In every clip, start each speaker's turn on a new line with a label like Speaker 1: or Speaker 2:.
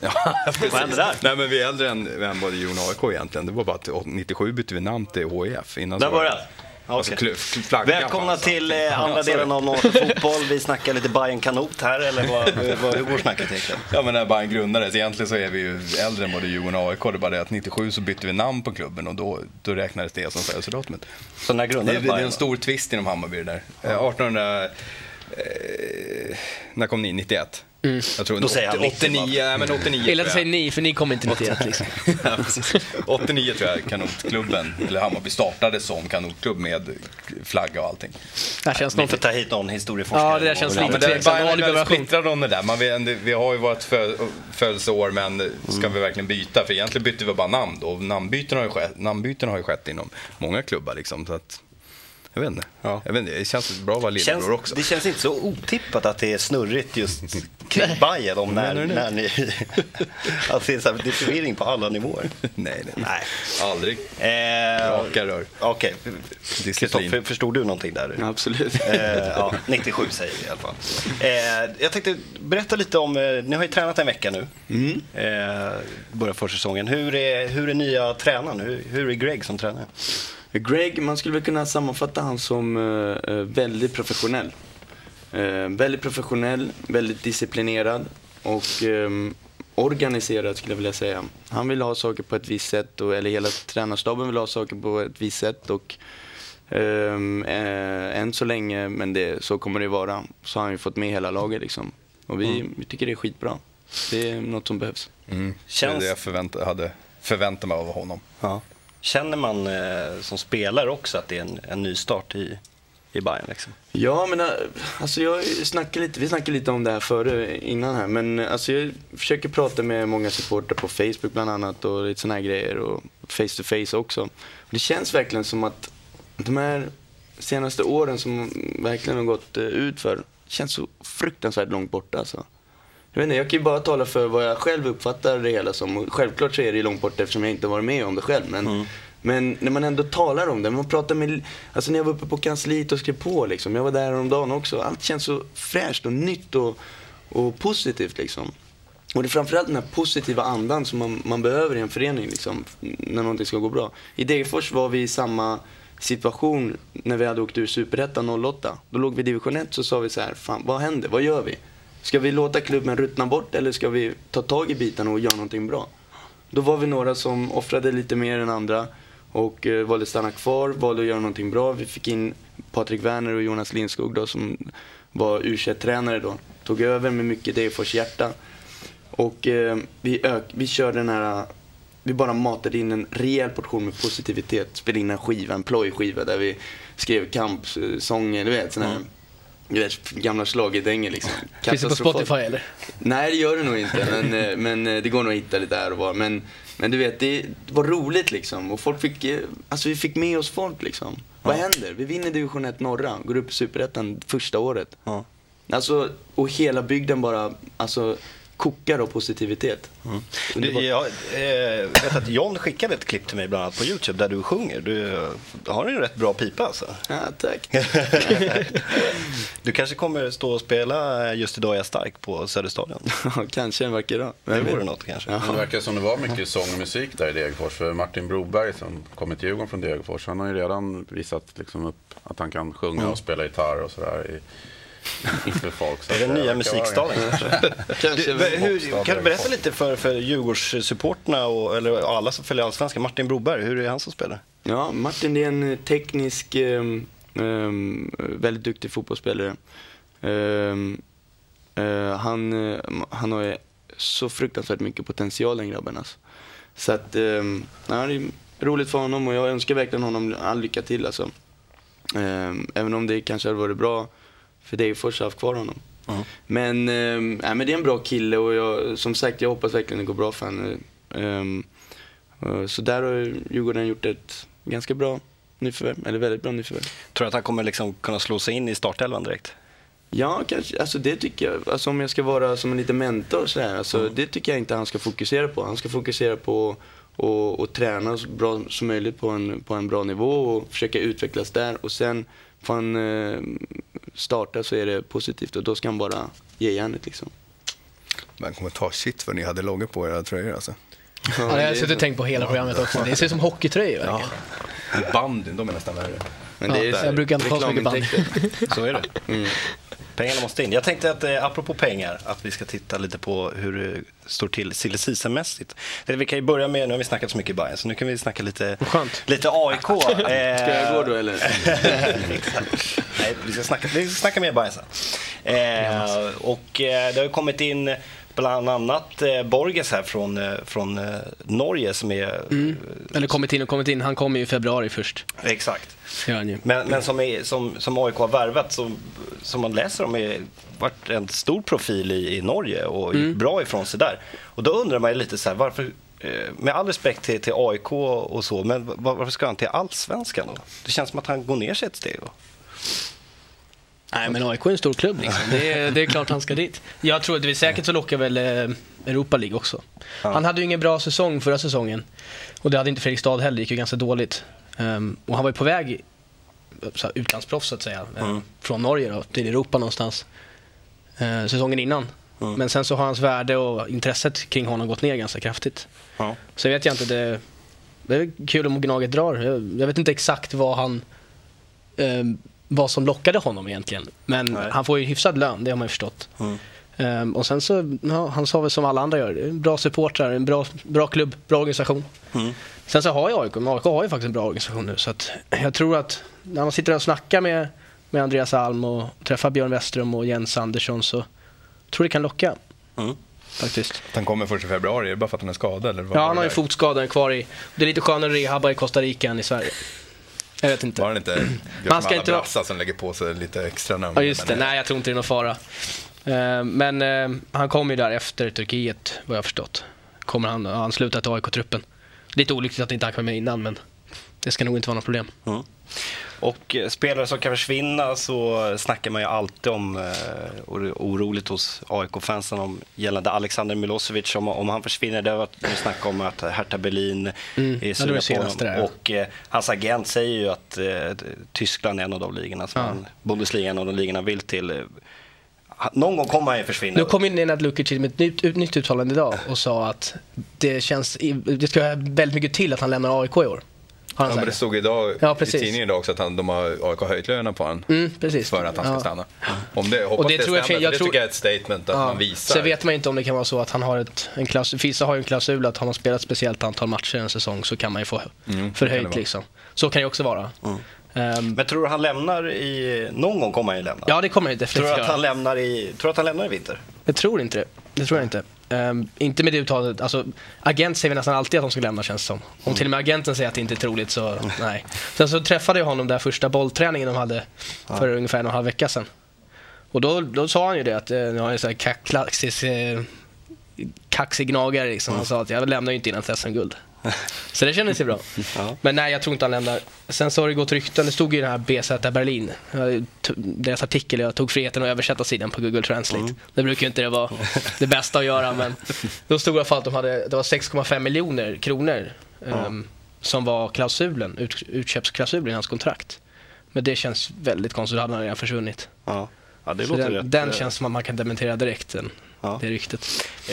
Speaker 1: Vad hände där?
Speaker 2: Nej, men vi är äldre än både Djurgården och AIK egentligen. Det var bara att 97 bytte vi namn till HIF. Innan
Speaker 1: Där var det.
Speaker 2: Alltså,
Speaker 1: Välkomna till andra delen av Norrköping fotboll. Vi snackar lite Bayern kanot här, eller hur går snacket egentligen?
Speaker 2: Ja, men när Bayern grundades, egentligen så är vi ju äldre än både Djurgården och AIK. Det är bara det att 97 så bytte vi namn på klubben och då räknades det som födelsedatumet.
Speaker 1: Så när grundades
Speaker 2: Bayern? Det är en stor twist inom Hammarby det där. 1800... när kom ni? 91? Jag tror
Speaker 1: då säger han
Speaker 2: 89, men 89.
Speaker 3: Eller att säga ni, för ni kommer inte 91 liksom.
Speaker 2: Ja, 89 tror jag kanotklubben, eller Hammarby startade som kanotklubb med flagga och allting.
Speaker 3: Det känns
Speaker 1: vi får ta hit någon historieforskare.
Speaker 3: Ja, det där känns lite
Speaker 2: tveksamt. Splittrade de det där. Vi har ju vårt födelseår, men ska vi verkligen byta? För egentligen bytte vi bara namn då. Och namnbyten har ju skett inom många klubbar liksom, så att jag vet inte. Ja. Jag vet inte. Det känns bra att vara lillebror också.
Speaker 1: Det känns inte så otippat att det är snurrigt just kring Bayern om när ni... Alltså det är förvirring på alla nivåer.
Speaker 2: Nej. Aldrig. Raka rör.
Speaker 1: Okej. Kristoffer, förstod du någonting där?
Speaker 4: Ja, absolut.
Speaker 1: 97 säger vi i alla fall. Jag tänkte berätta lite om... Ni har ju tränat en vecka nu. Börjar försäsongen. Hur är nya tränaren? Hur är Greg som tränare?
Speaker 4: Greg, man skulle väl kunna sammanfatta han som väldigt professionell. Väldigt disciplinerad och organiserad skulle jag vilja säga. Han vill ha saker på ett visst sätt, eller hela tränarstaben vill ha saker på ett visst sätt och än så länge, men så kommer det vara, så har han ju fått med hela laget liksom. Och vi tycker det är skitbra. Det är något som behövs.
Speaker 2: Känns... Det jag hade förväntat mig av honom.
Speaker 1: Ja. Känner man som spelare också att det är en ny start i Bayern liksom?
Speaker 4: Ja, men alltså vi snackade lite om det här innan här, men alltså jag försöker prata med många supportrar på Facebook bland annat och lite såna här grejer och face to face också. Det känns verkligen som att de här senaste åren som verkligen har gått ut för känns så fruktansvärt långt borta alltså. Jag kan ju bara tala för vad jag själv uppfattar det hela som. Självklart så är det långt bort eftersom jag inte varit med om det själv. Men när man ändå talar om det, man pratar med, alltså när jag var uppe på kansliet och skrev på liksom, jag var där om dagen också, allt känns så fräscht och nytt och positivt liksom. Och det är framförallt den här positiva andan som man behöver i en förening liksom, när någonting ska gå bra. I Degerfors var vi i samma situation när vi hade åkt ur Superettan 08. Då låg vi i division 1, så sa vi så här, fan, vad händer? Vad gör vi? Ska vi låta klubben ruttna bort eller ska vi ta tag i bitarna och göra någonting bra? Då var vi några som offrade lite mer än andra och valde stanna kvar, valde att göra någonting bra. Vi fick in Patrik Werner och Jonas Lindskog då, som var U21-tränare då. Tog över med mycket Degerfors hjärta. Och vi körde den här... Vi bara matade in en rejäl portion med positivitet. Spelade in en plojskiva där vi skrev kampsånger, du vet, sån här... Du vet, gamla slagedänger liksom.
Speaker 3: Finns det på Spotify eller?
Speaker 4: Nej, det gör det nog inte, men det går nog att hitta lite där och var. Men du vet, det var roligt liksom. Och folk vi fick med oss folk liksom. Vad händer? Vi vinner division 1 norra, går upp i Superettan första året. Alltså, och hela bygden bara, alltså, kokar av positivitet.
Speaker 1: Jag vet att John skickade ett klipp till mig bland annat på YouTube där du sjunger. Du har en rätt bra pipa alltså.
Speaker 4: Ja, tack.
Speaker 1: Du kanske kommer stå och spela Just idag är jag stark på Söderstadion.
Speaker 4: Ja, kanske en vacker dag.
Speaker 1: Det vore något kanske.
Speaker 5: Men det verkar som det var mycket sång och musik där i Degerfors. För Martin Broberg som kommit till Djurgården från Degerfors, han har ju redan visat liksom upp att han kan sjunga och spela gitarr och sådär inför folk. Så
Speaker 1: är det nya musikstaden kanske? Kan du berätta lite för Djurgårdssupporterna eller alla som följer allsvenska, Martin Broberg, hur är han som spelar?
Speaker 4: Ja, Martin är en teknisk, väldigt duktig fotbollsspelare. Han har så fruktansvärt mycket potential, den grabben alltså. Så att, det är roligt för honom och jag önskar verkligen honom all lycka till alltså. Även om det kanske hade varit bra för Degerfors att ha kvar honom. Men det är en bra kille och som sagt, jag hoppas verkligen det går bra för honom. Så där har Djurgården gjort ett ganska bra nyförvärv, eller väldigt bra nyförvärv.
Speaker 1: Tror du att han kommer liksom kunna slå sig in i startelvan direkt?
Speaker 4: Ja, kanske. Alltså det tycker jag. Alltså om jag ska vara som en liten mentor så där, alltså det tycker jag inte han ska fokusera på. Han ska fokusera på och träna så bra som möjligt på en bra nivå och försöka utvecklas där. Och sen får han starta så är det positivt och då ska han bara ge järnet liksom.
Speaker 2: Man kommer ta shit för ni hade loggor på era tröjor alltså.
Speaker 3: Ja, jag har suttit och tänkt på hela programmet också. Det ser ut som hockeytröjor verkligen.
Speaker 2: Bandyn, de är nästan värre.
Speaker 4: Men det är
Speaker 3: jag brukar inte ta så mycket band.
Speaker 1: Så är det. Pengarna måste in. Jag tänkte att apropå pengar, att vi ska titta lite på hur det står till silly season-mässigt. Vi kan ju börja med, nu har vi snackat så mycket i Bayern, så nu kan vi snacka lite AIK.
Speaker 4: Ska jag gå då eller?
Speaker 1: Nej, vi ska snacka mer Bayern sen. Och det har ju kommit in bland annat Borges här från Norge som är...
Speaker 3: Eller kommit in. Han kommer ju i februari först.
Speaker 1: Exakt.
Speaker 3: Ja,
Speaker 1: men som AIK har värvat, som man läser om, har varit en stor profil i Norge och gick bra ifrån sig där. Och då undrar man ju lite så här, varför, med all respekt till AIK och så, men varför ska han till Allsvenskan då? Det känns som att han går ner sig ett steg då.
Speaker 3: Nej, men AIK är en stor klubb liksom. Det är klart han ska dit. Jag tror att det är säkert så lockar väl Europa League också. Ja. Han hade ju ingen bra säsong förra säsongen. Och det hade inte Fredrikstad heller, det gick ju ganska dåligt. Och han var ju på väg utlandsproffs så att säga. Från Norge då, till Europa någonstans. Säsongen innan. Men sen så har hans värde och intresset kring honom gått ner ganska kraftigt. Ja. Så vet jag inte, det är kul om Gnaget drar. Jag vet inte exakt vad som lockade honom egentligen. Men han får ju hyfsad lön, det har man ju förstått. Och sen så, han sa väl som alla andra gör, bra supportrar, en bra klubb, bra organisation. Sen så har ju AIK har ju faktiskt en bra organisation nu. Så att jag tror att när man sitter och snackar med Andreas Alm och träffar Björn Westerholm och Jens Andersson, så tror det kan locka. Faktiskt.
Speaker 2: Han kommer först i februari, är det bara för att han är skadad? Eller vad
Speaker 3: han har ju fotskadan kvar i. Det är lite skönare rehabba i Costa Rica än i Sverige. Jag vet inte.
Speaker 2: Var det inte man ska inte brassa som lägger på sig lite extra namn?
Speaker 3: Ja, just det. Nej, jag tror inte det är någon fara. Men han kommer ju där efter Turkiet, vad jag förstått. Kommer han ansluta till AIK-truppen. Lite olyckligt att inte han kom med innan, men det ska nog inte vara något problem.
Speaker 1: Och spelare som kan försvinna, så snackar man ju alltid om oroligt hos AIK-fansen om gällande Alexander Milosevic, om han försvinner. Det har varit snack om att Hertha Berlin är sugna på honom. Och hans agent säger ju att Tyskland är en av de ligorna som Bundesliga är en av de ligorna vill till. Någon gång kommer han ju försvinna.
Speaker 3: Nu kom in Nenad Lukic med ett nytt uttalande idag och sa att det ska väldigt mycket till att han lämnar AIK i år.
Speaker 2: Ja, men det stod idag i tidningen idag också att de har AIK höjt lönerna på han för att han ska stanna. Om det, hoppas det stämmer, för det tycker jag är ett statement att man visar.
Speaker 3: Så vet man inte om det kan vara så att han har en klausul. Fisa har ju en klausul att har man spelat ett speciellt antal matcher en säsong så kan man ju få förhöjt liksom. Så kan det också vara.
Speaker 1: Men tror du han lämnar någon gång kommer han ju lämna?
Speaker 3: Ja, det kommer han definitivt.
Speaker 1: Tror du att han lämnar i vinter?
Speaker 3: Jag tror inte det. Det tror jag inte. Inte med det uttalet. Alltså, agent säger nästan alltid att de ska lämna, känns som. Om till och med agenten säger att det inte är troligt, så nej. Sen så träffade jag honom där första bollträningen de hade för ungefär 1,5 vecka sedan. Och då sa han ju det att jag är så här klassisk kaxig gnagare liksom. Han sa att jag lämnar ju inte innan SM-guld. Så det kändes ju bra. Men nej, jag tror inte han lämnar. Sen så har det gått rykten. Det stod ju den här BZ Berlin. Deras artikel, jag tog friheten att översätta sidan på Google Translate. Det brukar ju inte vara det bästa att göra, men då stod det i alla fall att det var 6,5 miljoner kronor som var klausulen, utköpsklausulen i hans kontrakt. Men det känns väldigt konstigt, hade han redan försvunnit.
Speaker 1: Ja, det låter
Speaker 3: den känns som att man kan dementera direkt, det ryktet.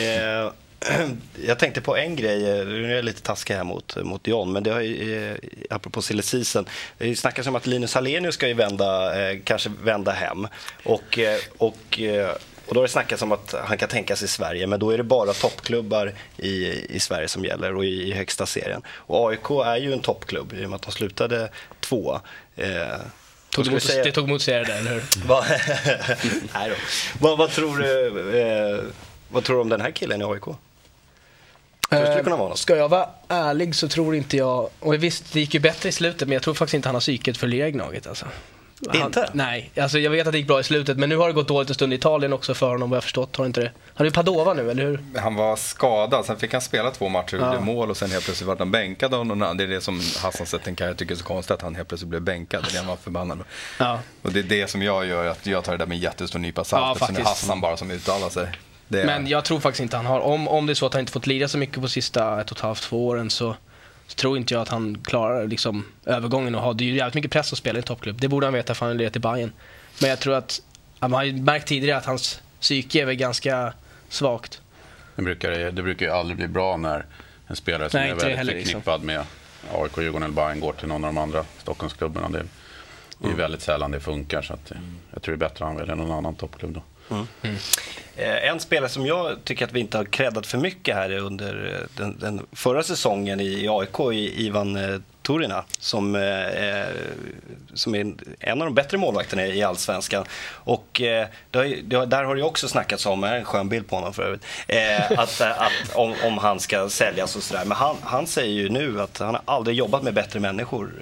Speaker 1: Jag tänkte på en grej, nu är jag lite taskig här mot John, men det har ju, apropå silly season, det snackas om att Linus Hallenius ska ju kanske vända hem och då har det snackats om att han kan tänka sig i Sverige, men då är det bara toppklubbar i Sverige som gäller och i högsta serien. Och AIK är ju en toppklubb i och med att de slutade 2.
Speaker 3: Det tog mot sig det, eller hur?
Speaker 1: Nej då. Vad tror du om den här killen i AIK?
Speaker 3: Ska jag vara ärlig så tror inte jag. Och visst, det gick ju bättre i slutet, men jag tror faktiskt inte han har psyket för Gnaget alltså.
Speaker 1: Inte?
Speaker 3: Nej, alltså jag vet att det gick bra i slutet, men nu har det gått dåligt en stund i Italien också för honom, vad jag förstått. Har inte det? Han är ju Padova nu, eller hur?
Speaker 2: Han var skadad, sen fick han spela 2 matcher och gjorde mål och sen helt plötsligt var han bänkad av någon annan. Det är det som Hassan Settenkaj tycker är så konstigt, att han helt plötsligt blev bänkad. Det är han var förbannad. Och det är det som jag gör, att jag tar det där med en jättestor nypa salt. Sen är Hassan bara som uttalar sig.
Speaker 3: Men jag tror faktiskt inte han har, om det är så att han inte fått lida så mycket på sista 1,5-2 åren, så tror inte jag att han klarar liksom övergången och det är ju jävligt mycket press att spela i en toppklubb. Det borde han veta för han är till Bayern. Men jag tror att man har ju märkt tidigare att hans psyke är väl ganska svagt.
Speaker 5: Det brukar ju aldrig bli bra när en spelare som är väldigt förknippad med AIK, Djurgården eller Bayern går till någon av de andra Stockholmsklubbarna. Det är väldigt sällan det funkar, så att jag tror det är bättre att han väljer någon annan toppklubb då.
Speaker 1: En spelare som jag tycker att vi inte har creddat för mycket här under den förra säsongen i AIK, Ivan Turina, som är en av de bättre målvakterna i Allsvenskan. Och där har det också snackats om, en skön bild på honom för övrigt, om han ska säljas och sådär. Men han säger ju nu att han har aldrig jobbat med bättre människor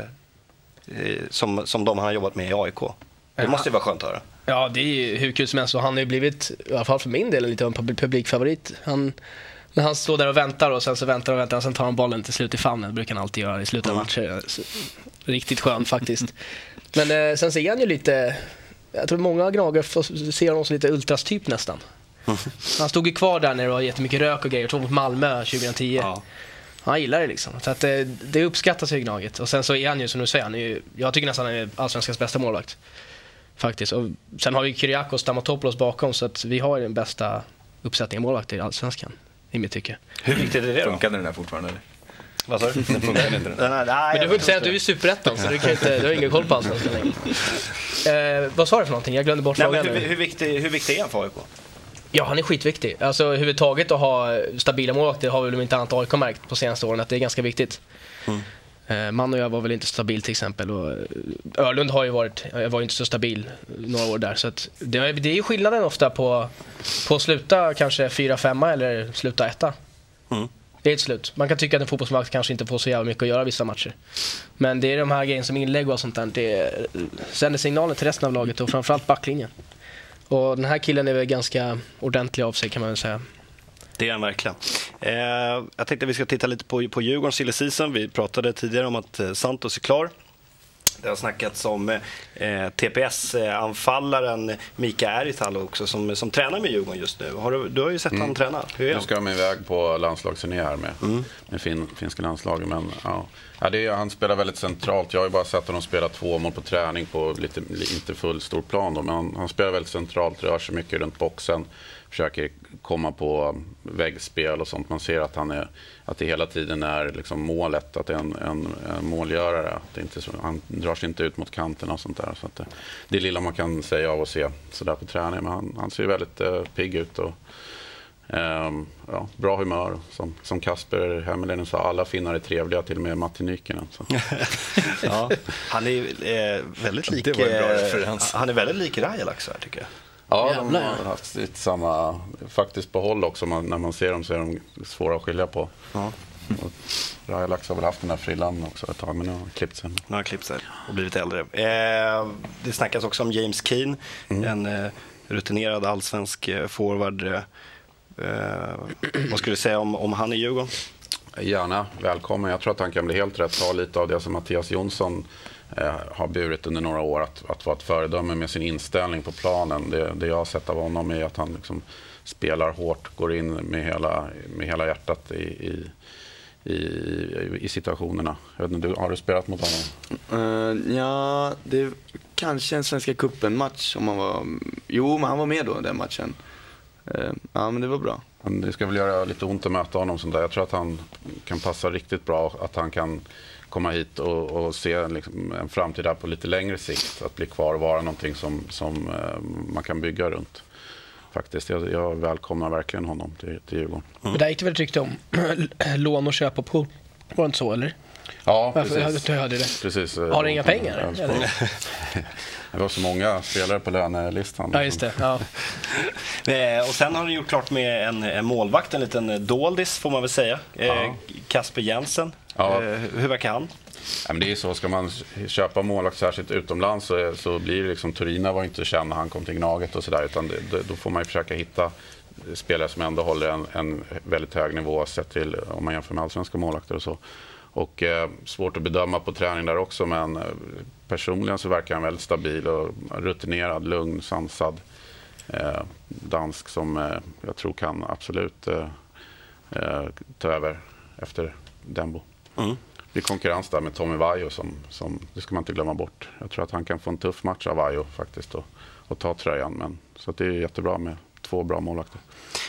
Speaker 1: som de han har jobbat med i AIK. Det måste ju vara skönt att höra.
Speaker 3: Ja, det är ju hur kul som helst. Och han har ju blivit, i alla fall för min del, lite av en publikfavorit. När han står där och väntar och sen så väntar och sen tar han bollen till slut i famnen. Det brukar han alltid göra i slutet av matcher. Riktigt skönt faktiskt. Men sen ser han ju lite, jag tror många gnagare ser honom som lite ultrastyp nästan. Han stod ju kvar där när det var jättemycket rök och grejer. Jag tror mot Malmö 2010. Ja. Han gillar det liksom. Så att det uppskattas i Gnaget. Och sen så är han ju, som du säger, jag tycker nästan han är Allsvenskans bästa målvakt. Faktiskt. Och sen har vi Kyriakos och Stamatopoulos bakom, så att vi har den bästa uppsättningen målvakter i Allsvenskan, i mitt tycke.
Speaker 1: Hur viktigt är det då?
Speaker 2: Funkar den där fortfarande? Eller?
Speaker 1: Vad sa du?
Speaker 2: Funkar inte den?
Speaker 3: Men du får inte säga att du är superettan, så du har ingen koll på Allsvenskan längre. Vad sa du för någonting? Jag glömde bort frågan.
Speaker 1: Hur viktig är han för AIK?
Speaker 3: Ja, han är skitviktig. Alltså överhuvudtaget att ha stabila målvakter har väl inte annat AIK märkt på senaste åren, att det är ganska viktigt. Man och jag var väl inte stabil till exempel, och Örlund var inte så stabil några år där, så att det är ju skillnaden ofta på att sluta kanske 4-5 eller sluta 1. Det är ett slut. Man kan tycka att en fotbollsmatch kanske inte får så jävla mycket att göra vissa matcher, men det är de här grejerna som inlägg och sånt där, det sänder signaler till resten av laget och framförallt backlinjen. Och den här killen är väl ganska ordentlig av sig, kan man väl säga.
Speaker 1: Det är han verkligen. Jag tänkte att vi ska titta lite på Djurgårdens silly season. Vi pratade tidigare om att Santos är klar. Det har snackats om TPS-anfallaren Mika Eritalo också, som tränar med Djurgården just nu. Du har ju sett han träna. Hur är han?
Speaker 5: Nu ska de iväg på landslagsturné här med finska landslaget. Men han spelar väldigt centralt. Jag har ju bara sett honom spela 2 mål på träning på inte full stor plan då, men han spelar väldigt centralt, rör sig mycket runt boxen, försöker komma på väggspel och sånt. Man ser att det hela tiden är liksom målet, att det är en målgörare. Det är inte så, han drar sig inte ut mot kanterna och sånt där. Så att det är lilla man kan säga av och se så där på träning. Men han ser väldigt pigg ut och bra humör. Som Kasper Hemmelinen sa, alla finnar är trevliga, till och med Matti Nykinen.
Speaker 1: Ja, han är väldigt lik.
Speaker 2: Det var en bra referens.
Speaker 1: Han är väldigt lik Rajalax här, tycker jag.
Speaker 5: Ja, de har haft lite samma, faktiskt på håll också. När man ser dem så är de svåra att skilja på. Ja. Rajalax har väl haft den här frillan också ett tag, men nu har han klippt sig.
Speaker 1: Nu har han klippt sig och blivit äldre. Det snackas också om James Keane, en rutinerad allsvensk forward. Vad skulle du säga om han i Djurgården?
Speaker 5: Gärna, välkommen. Jag tror att han kan bli helt rätt. Ta lite av det som Mattias Jonsson har burit under några år, att vara ett föredöme med sin inställning på planen. Det jag har sett av honom är att han liksom spelar hårt, går in med hela hjärtat i situationerna. Jag vet inte, har du spelat mot honom?
Speaker 4: Ja, det är kanske en Svenska cupen-match om han var... Jo, men han var med då den matchen. Ja, men det var bra.
Speaker 5: Det ska väl göra lite ont att möta honom sånt där. Jag tror att han kan passa riktigt bra, att han kan komma hit och se liksom en framtid där på lite längre sikt, att bli kvar och vara någonting som man kan bygga runt. Faktiskt, jag välkomnar verkligen honom till Djurgården.
Speaker 3: Men där gick det väl rykte om lån och köpa på, var det inte så, eller?
Speaker 5: Ja, precis.
Speaker 3: Jag hörde det.
Speaker 5: Precis.
Speaker 3: Har du inga pengar?
Speaker 5: Det var så många spelare på lönelistan.
Speaker 3: Ja, just det. Ja.
Speaker 1: Och sen har du gjort klart med en målvakt, en liten doldis får man väl säga. Kasper Jensen. Ja. Hur verkar han?
Speaker 5: Men det är så, ska man köpa målvakt särskilt utomlands så blir det liksom, Turina var inte känd när han kom till Gnaget och sådär, utan då får man ju försöka hitta spelare som ändå håller en väldigt hög nivå sett till om man jämför med allsvenska målvakter och så. Och svårt att bedöma på träning där också, men personligen så verkar han väldigt stabil och rutinerad, lugn, sansad dansk som jag tror kan absolut ta över efter Dembo. Det är konkurrens där med Tommy Vaiho som det ska man inte glömma bort. Jag tror att han kan få en tuff match av Vaiho faktiskt och ta tröjan, men så att det är jättebra med 2 bra målvakter.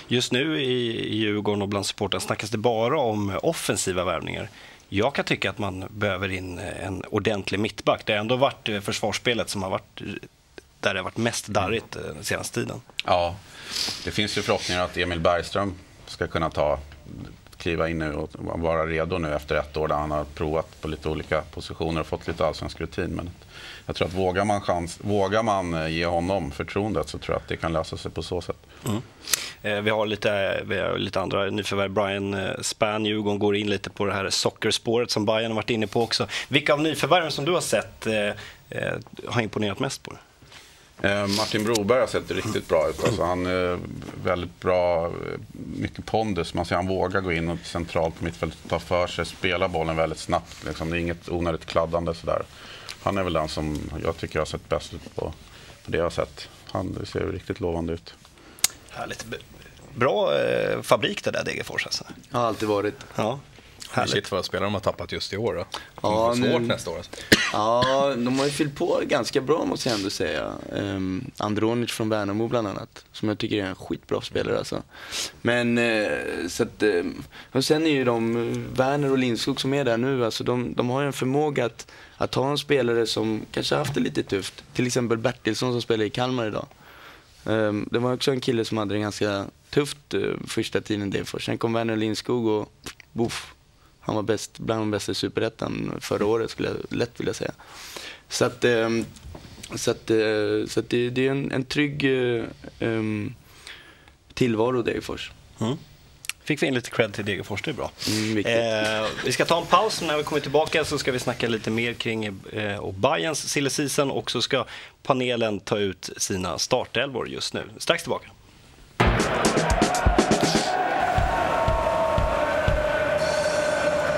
Speaker 1: Just nu i Djurgården och bland supporten snackas det bara om offensiva värvningar. Jag kan tycka att man behöver in en ordentlig mittback. Det har ändå varit försvarsspelet som har varit där det har varit mest darrigt den senaste tiden.
Speaker 5: Ja, det finns ju förhoppningar att Emil Bergström ska kunna kliva in nu och vara redo nu efter ett år där han har provat på lite olika positioner och fått lite allsvensk rutin. Men jag tror att vågar man ge honom förtroendet så tror jag att det kan lösa sig på så sätt.
Speaker 1: Vi har lite andra nyförvärv. Brian Spann, Djurgården, går in lite på det här sockerspåret som Bayern har varit inne på också. Vilka av nyförvärven som du har sett har imponerat mest på det?
Speaker 5: Martin Broberg har sett riktigt bra ut. Alltså, han är väldigt bra, mycket pondus. Man ser han vågar gå in och centralt på mittfältet, ta för sig, spela bollen väldigt snabbt. Liksom. Det är inget onödigt kladdande sådär. Han är väl den som jag tycker har sett bäst ut på det jag har sett. Han ser riktigt lovande ut.
Speaker 1: Härligt. Bra fabrik det där Degerfors alltså.
Speaker 4: Har alltid varit.
Speaker 1: Ja.
Speaker 2: Shit vad spelare de har tappat just i år då.
Speaker 4: Ja,
Speaker 2: svårt nästa år.
Speaker 4: Ja, de har ju fyllt på ganska bra måste jag ändå säga. Andronic från Värnamo bland annat, som jag tycker är en skitbra spelare alltså. Men så att, och sen är ju Werner och Lindskog som är där nu, alltså de har ju en förmåga att ha en spelare som kanske har haft det lite tufft. Till exempel Bertilsson som spelar i Kalmar idag. Det var också en kille som hade det ganska tufft första tiden det för. Sen kom Werner och Lindskog och boff. Han var bland de bästa i Superettan förra året skulle jag lätt vilja säga. Så att det är en trygg tillvaro Degerfors.
Speaker 1: Fick vi in lite cred till Degerfors, det är bra. Vi ska ta en paus. När vi kommer tillbaka så ska vi snacka lite mer kring och Bayerns silly season, och så ska panelen ta ut sina startelvor just nu. Strax tillbaka.